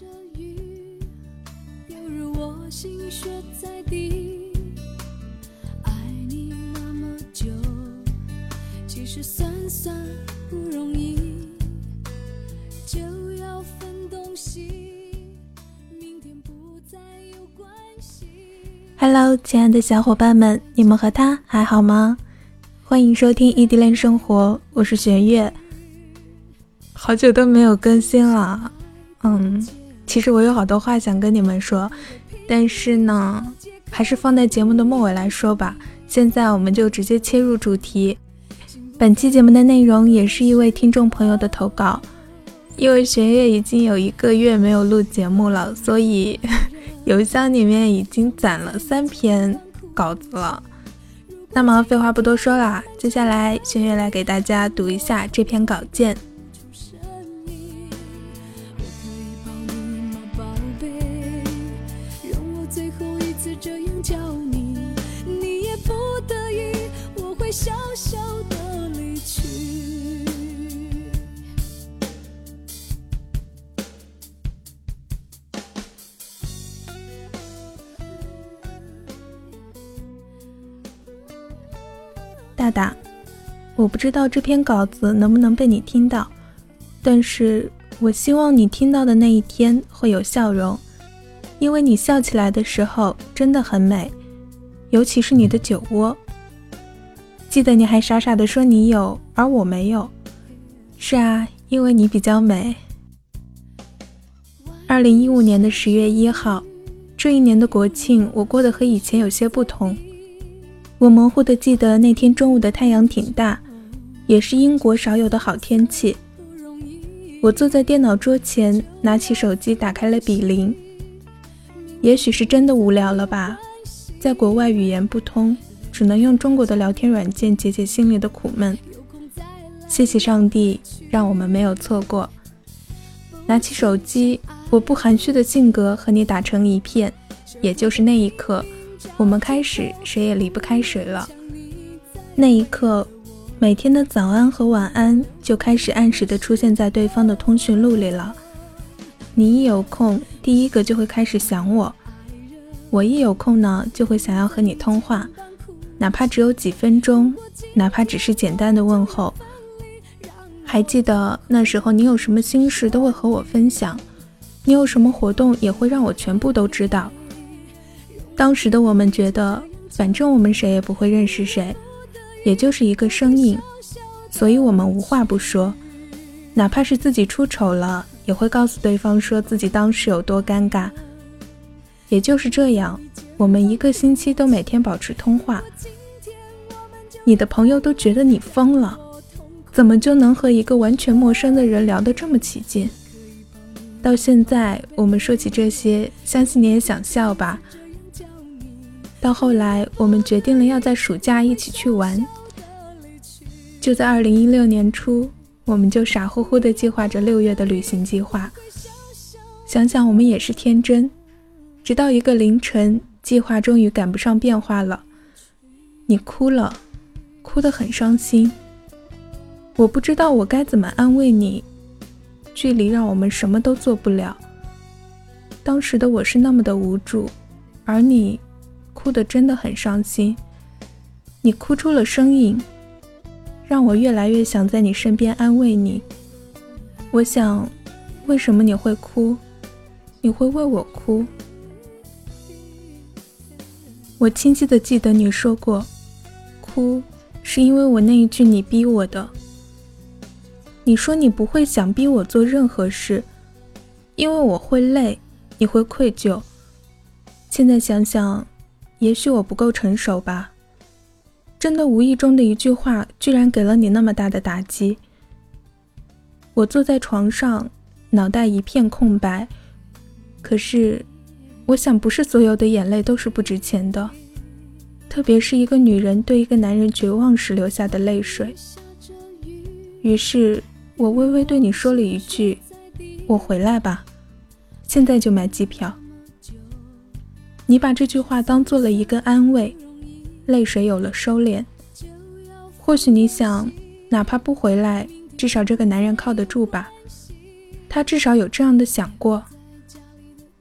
犹如我心血在地，爱你那么久，其实算不容易，就要分东西，明天不再有关系。 Hello， 亲爱的小伙伴们，你们和他还好吗？欢迎收听异地恋生活，我是玄月。好久都没有更新了，其实我有好多话想跟你们说，但是呢，还是放在节目的末尾来说吧。现在我们就直接切入主题。本期节目的内容也是一位听众朋友的投稿，因为玄月已经有1个月没有录节目了，所以邮箱里面已经攒了3篇稿子了。那么废话不多说啦，接下来玄月来给大家读一下这篇稿件。 小小的离去， 大大，我不知道这篇稿子能不能被你听到，但是我希望你听到的那一天会有笑容，因为你笑起来的时候真的很美，尤其是你的酒窝。记得你还傻傻地说你有，而我没有。是啊，因为你比较美。2015年的10月1号，这一年的国庆，我过得和以前有些不同。我模糊地记得那天中午的太阳挺大，也是英国少有的好天气。我坐在电脑桌前，拿起手机打开了笔铃。也许是真的无聊了吧，在国外语言不通，只能用中国的聊天软件解解心里的苦闷。谢谢上帝让我们没有错过。拿起手机，我不含蓄的性格和你打成一片，也就是那一刻，我们开始谁也离不开谁了。那一刻，每天的早安和晚安就开始按时的出现在对方的通讯录里了。你一有空，第一个就会开始想我，我一有空呢，就会想要和你通话，哪怕只有几分钟，哪怕只是简单的问候。还记得那时候你有什么心事都会和我分享，你有什么活动也会让我全部都知道。当时的我们觉得，反正我们谁也不会认识谁，也就是一个声音，所以我们无话不说，哪怕是自己出丑了，也会告诉对方说自己当时有多尴尬。也就是这样，我们1个星期都每天保持通话。你的朋友都觉得你疯了，怎么就能和一个完全陌生的人聊得这么起劲？到现在我们说起这些，相信你也想笑吧。到后来我们决定了要在暑假一起去玩，就在2016年初，我们就傻乎乎地计划着6月的旅行计划。想想我们也是天真，直到一个凌晨，计划终于赶不上变化了。你哭了，哭得很伤心。我不知道我该怎么安慰你，距离让我们什么都做不了。当时的我是那么的无助，而你哭得真的很伤心。你哭出了声音，让我越来越想在你身边安慰你。我想，为什么你会哭？你会为我哭？我清晰地记得你说过，哭是因为我那一句你逼我的。你说你不会想逼我做任何事，因为我会累，你会愧疚。现在想想，也许我不够成熟吧。真的无意中的一句话，居然给了你那么大的打击。我坐在床上，脑袋一片空白。可是，我想不是所有的眼泪都是不值钱的，特别是一个女人对一个男人绝望时流下的泪水。于是，我微微对你说了一句：“我回来吧，现在就买机票。”你把这句话当做了一个安慰，泪水有了收敛。或许你想，哪怕不回来，至少这个男人靠得住吧。他至少有这样的想过。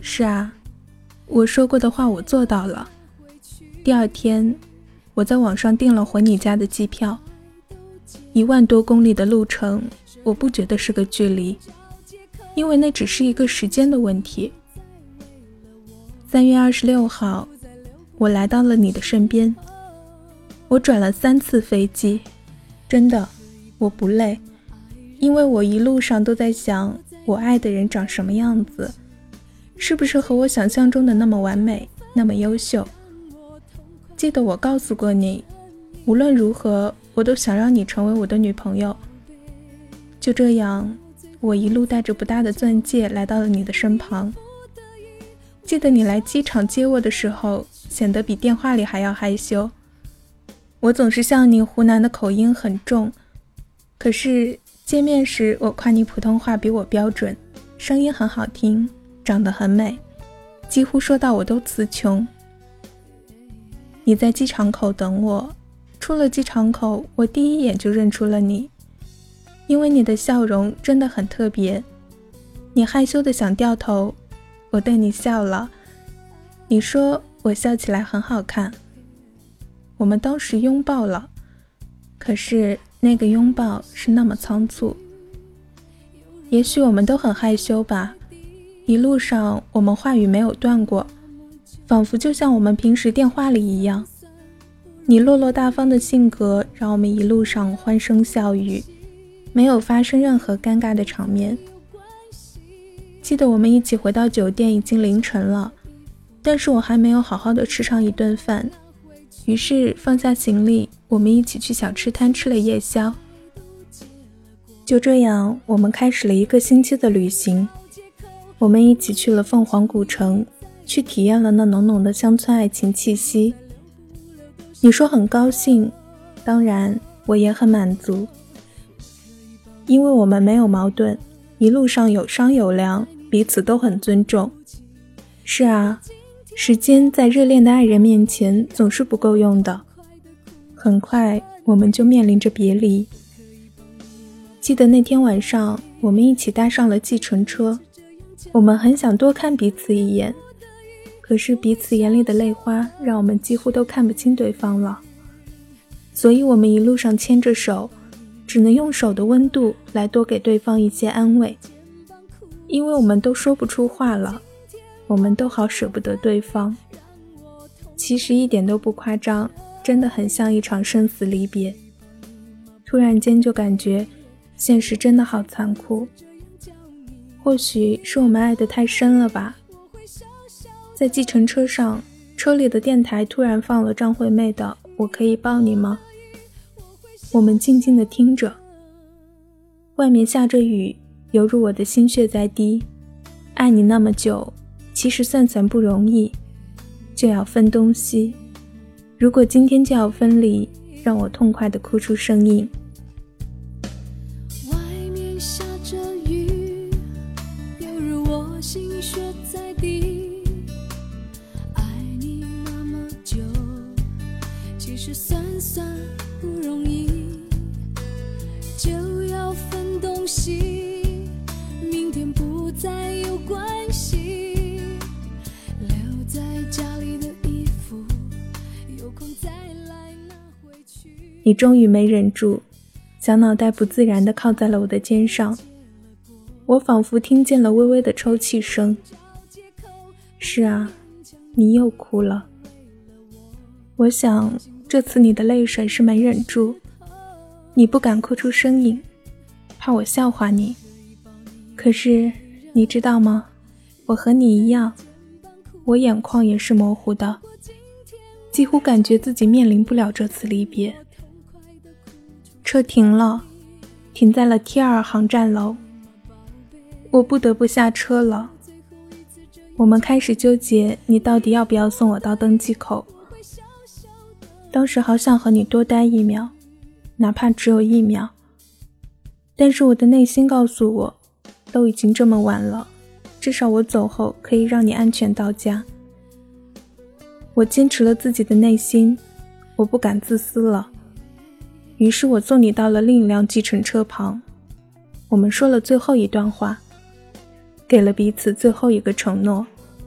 是啊，我说过的话我做到了。第二天，我在网上订了回你家的机票。1万多公里的路程，我不觉得是个距离，因为那只是一个时间的问题。3月26号，我来到了你的身边。我转了3次飞机，真的，我不累，因为我一路上都在想，我爱的人长什么样子，是不是和我想象中的那么完美，那么优秀。记得我告诉过你，无论如何，我都想让你成为我的女朋友。就这样，我一路带着不大的钻戒来到了你的身旁。记得你来机场接我的时候，显得比电话里还要害羞。我总是笑你湖南的口音很重，可是见面时我夸你普通话比我标准，声音很好听，长得很美，几乎说到我都词穷。你在机场口等我，出了机场口，我第一眼就认出了你，因为你的笑容真的很特别。你害羞的想掉头，我对你笑了，你说我笑起来很好看。我们当时拥抱了，可是那个拥抱是那么仓促。也许我们都很害羞吧，一路上我们话语没有断过，仿佛就像我们平时电话里一样。你落落大方的性格让我们一路上欢声笑语，没有发生任何尴尬的场面。记得我们一起回到酒店已经凌晨了，但是我还没有好好的吃上一顿饭，于是放下行李，我们一起去小吃摊吃了夜宵。就这样，我们开始了1个星期的旅行。我们一起去了凤凰古城，去体验了那浓浓的乡村爱情气息。你说很高兴，当然我也很满足，因为我们没有矛盾，一路上有商有量，彼此都很尊重。是啊，时间在热恋的爱人面前总是不够用的。很快我们就面临着别离。记得那天晚上，我们一起搭上了计程车，我们很想多看彼此一眼，可是彼此眼里的泪花让我们几乎都看不清对方了。所以我们一路上牵着手，只能用手的温度来多给对方一些安慰，因为我们都说不出话了，我们都好舍不得对方。其实一点都不夸张，真的很像一场生死离别。突然间就感觉现实真的好残酷，或许是我们爱得太深了吧。在计程车上，车里的电台突然放了张惠妹的《我可以抱你吗》，我们静静地听着。外面下着雨，犹如我的心血在滴。爱你那么久，其实算算不容易，就要分东西。如果今天就要分离，让我痛快地哭出声音。 外面下着雨，犹如我心血在滴。爱你那么久，其实算算不容易，就要分东西，明天不再有关系，留在家里的衣服，有空再来拿回去。 你终于没忍住，小脑袋不自然地靠在了我的肩上，我仿佛听见了微微的抽泣声。是啊，你又哭了。我想这次你的泪水是没忍住，你不敢哭出声音，怕我笑话你。可是你知道吗，我和你一样，我眼眶也是模糊的，几乎感觉自己面临不了这次离别。车停了，停在了 T2 航站楼，我不得不下车了。我们开始纠结你到底要不要送我到登机口。当时好想和你多待1秒，哪怕只有1秒，但是我的内心告诉我，都已经这么晚了，至少我走后可以让你安全到家。我坚持了自己的内心，我不敢自私了。于是我送你到了另一辆计程车旁，我们说了最后一段话，给了彼此最后一个承诺。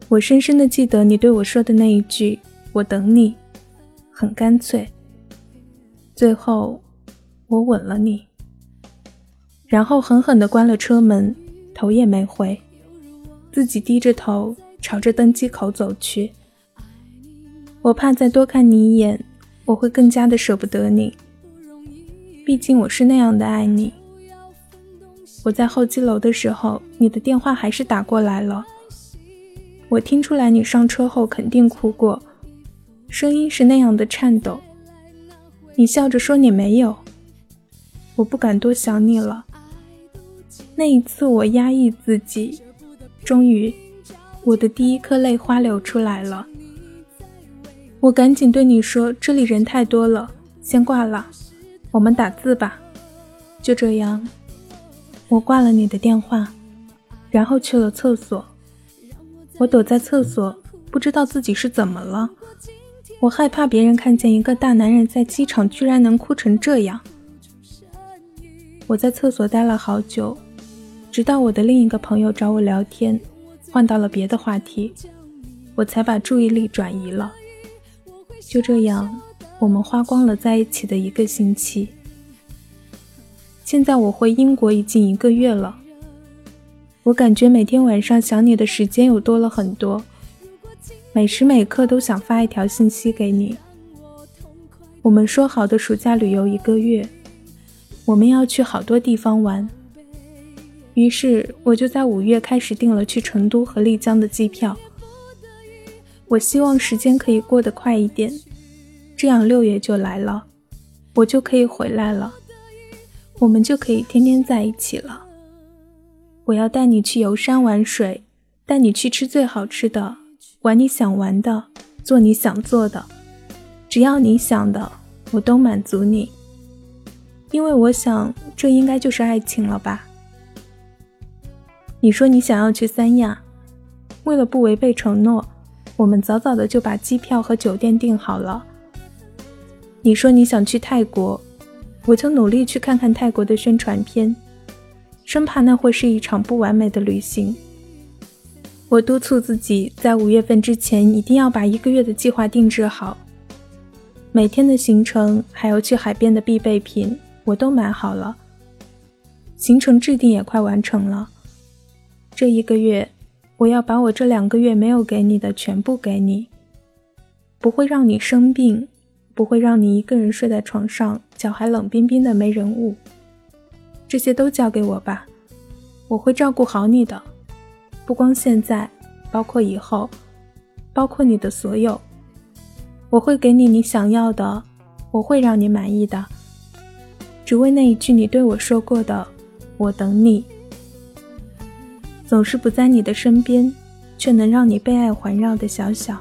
我深深地记得你对我说的那一句我等你，很干脆。最后我吻了你，然后狠狠地关了车门，头也没回，自己低着头朝着登机口走去。我怕再多看你一眼，我会更加的舍不得你，毕竟我是那样的爱你。我在候机楼的时候，你的电话还是打过来了，我听出来你上车后肯定哭过，声音是那样的颤抖。你笑着说你没有，我不敢多想你了。那一次我压抑自己，终于我的第一颗泪花流出来了。我赶紧对你说，这里人太多了，先挂了，我们打字吧。就这样，我挂了你的电话，然后去了厕所。我躲在厕所，不知道自己是怎么了。我害怕别人看见一个大男人在机场居然能哭成这样。我在厕所待了好久，直到我的另一个朋友找我聊天，换到了别的话题，我才把注意力转移了。就这样，我们花光了在一起的1个星期。现在我回英国已经1个月了，我感觉每天晚上想你的时间又多了很多，每时每刻都想发一条信息给你。我们说好的暑假旅游1个月，我们要去好多地方玩，于是我就在5月开始订了去成都和丽江的机票。我希望时间可以过得快一点，这样6月就来了，我就可以回来了，我们就可以天天在一起了。我要带你去游山玩水，带你去吃最好吃的，玩你想玩的，做你想做的，只要你想的，我都满足你。因为我想，这应该就是爱情了吧。你说你想要去三亚，为了不违背承诺，我们早早的就把机票和酒店订好了。你说你想去泰国，我就努力去看看泰国的宣传片，生怕那会是一场不完美的旅行。我督促自己在5月份之前一定要把1个月的计划定制好，每天的行程还有去海边的必备品我都买好了，行程制定也快完成了。这1个月，我要把我这2个月没有给你的全部给你，不会让你生病，不会让你一个人睡在床上，脚还冷冰冰的没人捂，这些都交给我吧，我会照顾好你的，不光现在，包括以后，包括你的所有，我会给你你想要的，我会让你满意的，只为那一句你对我说过的我等你。总是不在你的身边，却能让你被爱环绕的小小。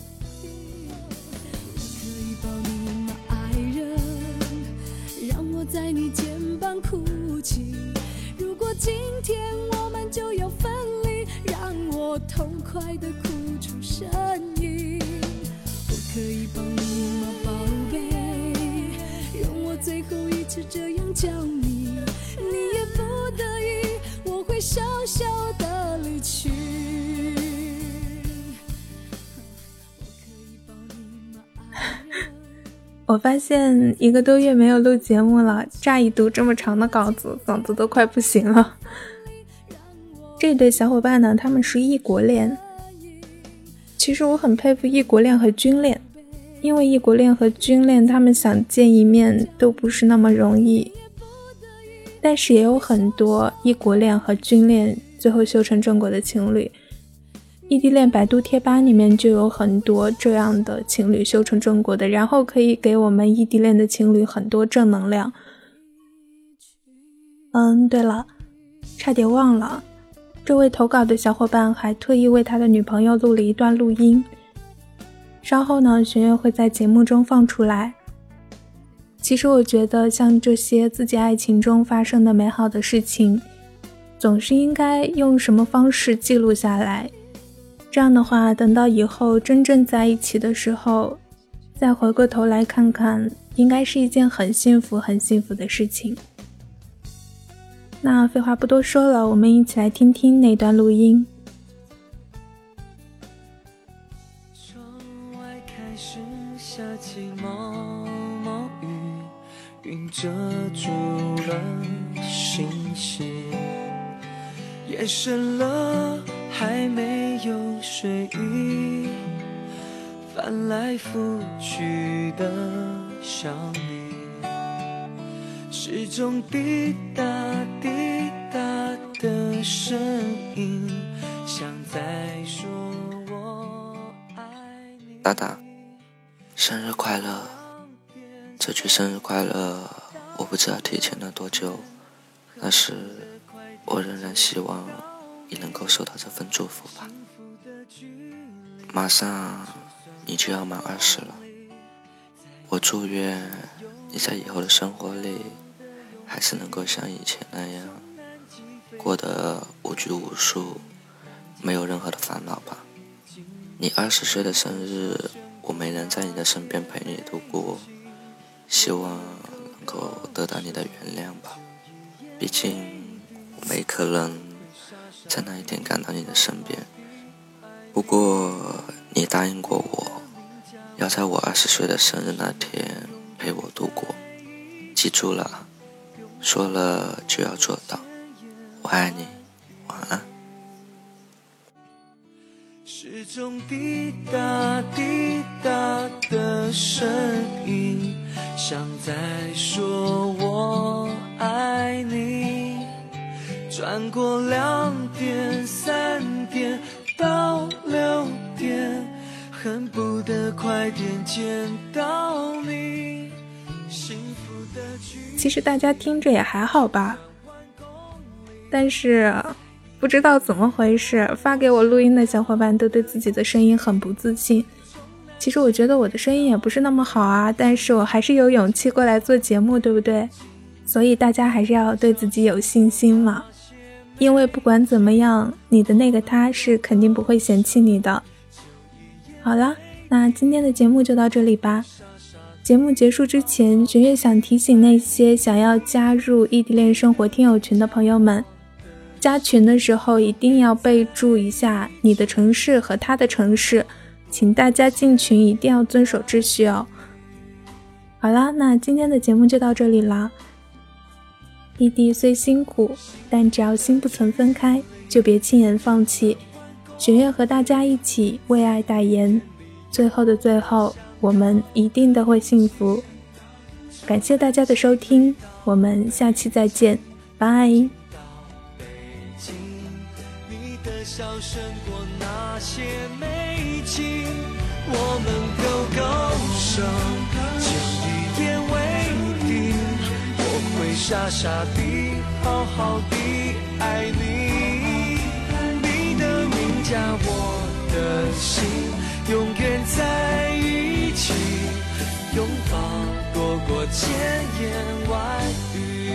在你肩膀哭泣，如果今天我们就要分离，让我痛快地哭出声音。我可以抱你吗，宝贝？让我最后一次这样叫你，你也不得已，我会笑笑地离去。 我发现1个多月没有录节目了，乍一读这么长的稿子，嗓子都快不行了。这对小伙伴呢，他们是异国恋。其实我很佩服异国恋和军恋，因为异国恋和军恋他们想见一面都不是那么容易，但是也有很多异国恋和军恋最后修成正果的情侣。异地恋百度贴吧里面就有很多这样的情侣修成正果的，然后可以给我们异地恋的情侣很多正能量。对了，差点忘了，这位投稿的小伙伴还特意为他的女朋友录了一段录音，稍后呢，学院会在节目中放出来。其实我觉得像这些自己爱情中发生的美好的事情，总是应该用什么方式记录下来，这样的话，等到以后真正在一起的时候，再回过头来看看，应该是一件很幸福很幸福的事情。那废话不多说了，我们一起来听听那段录音。 时，夜深了还没有睡意，翻来覆去的想你，时钟滴答滴答的声音，像在说我爱你。 大大，生日快乐！这句生日快乐我不知道提前了多久，但是我仍然希望你能够收到这份祝福吧。马上你就要满20了，我祝愿你在以后的生活里还是能够像以前那样过得无拘无束，没有任何的烦恼吧。你20岁的生日我没能在你的身边陪你度过，希望能够得到你的原谅吧，毕竟我没可能在那一天赶到你的身边。不过你答应过我，要在我20岁的生日那天陪我度过，记住了，说了就要做到。我爱你，晚安。 时钟滴答滴答的声音，像在说我爱你。转过2点3点到6点，恨不得快点见到你。幸福的其实大家听着也还好吧，但是不知道怎么回事，发给我录音的小伙伴都对自己的声音很不自信。其实我觉得我的声音也不是那么好啊，但是我还是有勇气过来做节目，对不对？所以大家还是要对自己有信心嘛，因为不管怎么样，你的那个他是肯定不会嫌弃你的。好了，那今天的节目就到这里吧。节目结束之前，学月想提醒那些想要加入异地恋生活听友群的朋友们，加群的时候一定要备注一下你的城市和他的城市，请大家进群一定要遵守秩序哦。好啦，那今天的节目就到这里啦。异地虽辛苦，但只要心不曾分开，就别轻言放弃。学院和大家一起为爱代言，最后的最后，我们一定都会幸福。感谢大家的收听，我们下期再见，拜。 你的笑胜过那些美景，我们勾勾手，牵一点为定，我会傻傻地好好地爱你，你的名加我的心，永远在一起，拥抱躲过千言万语。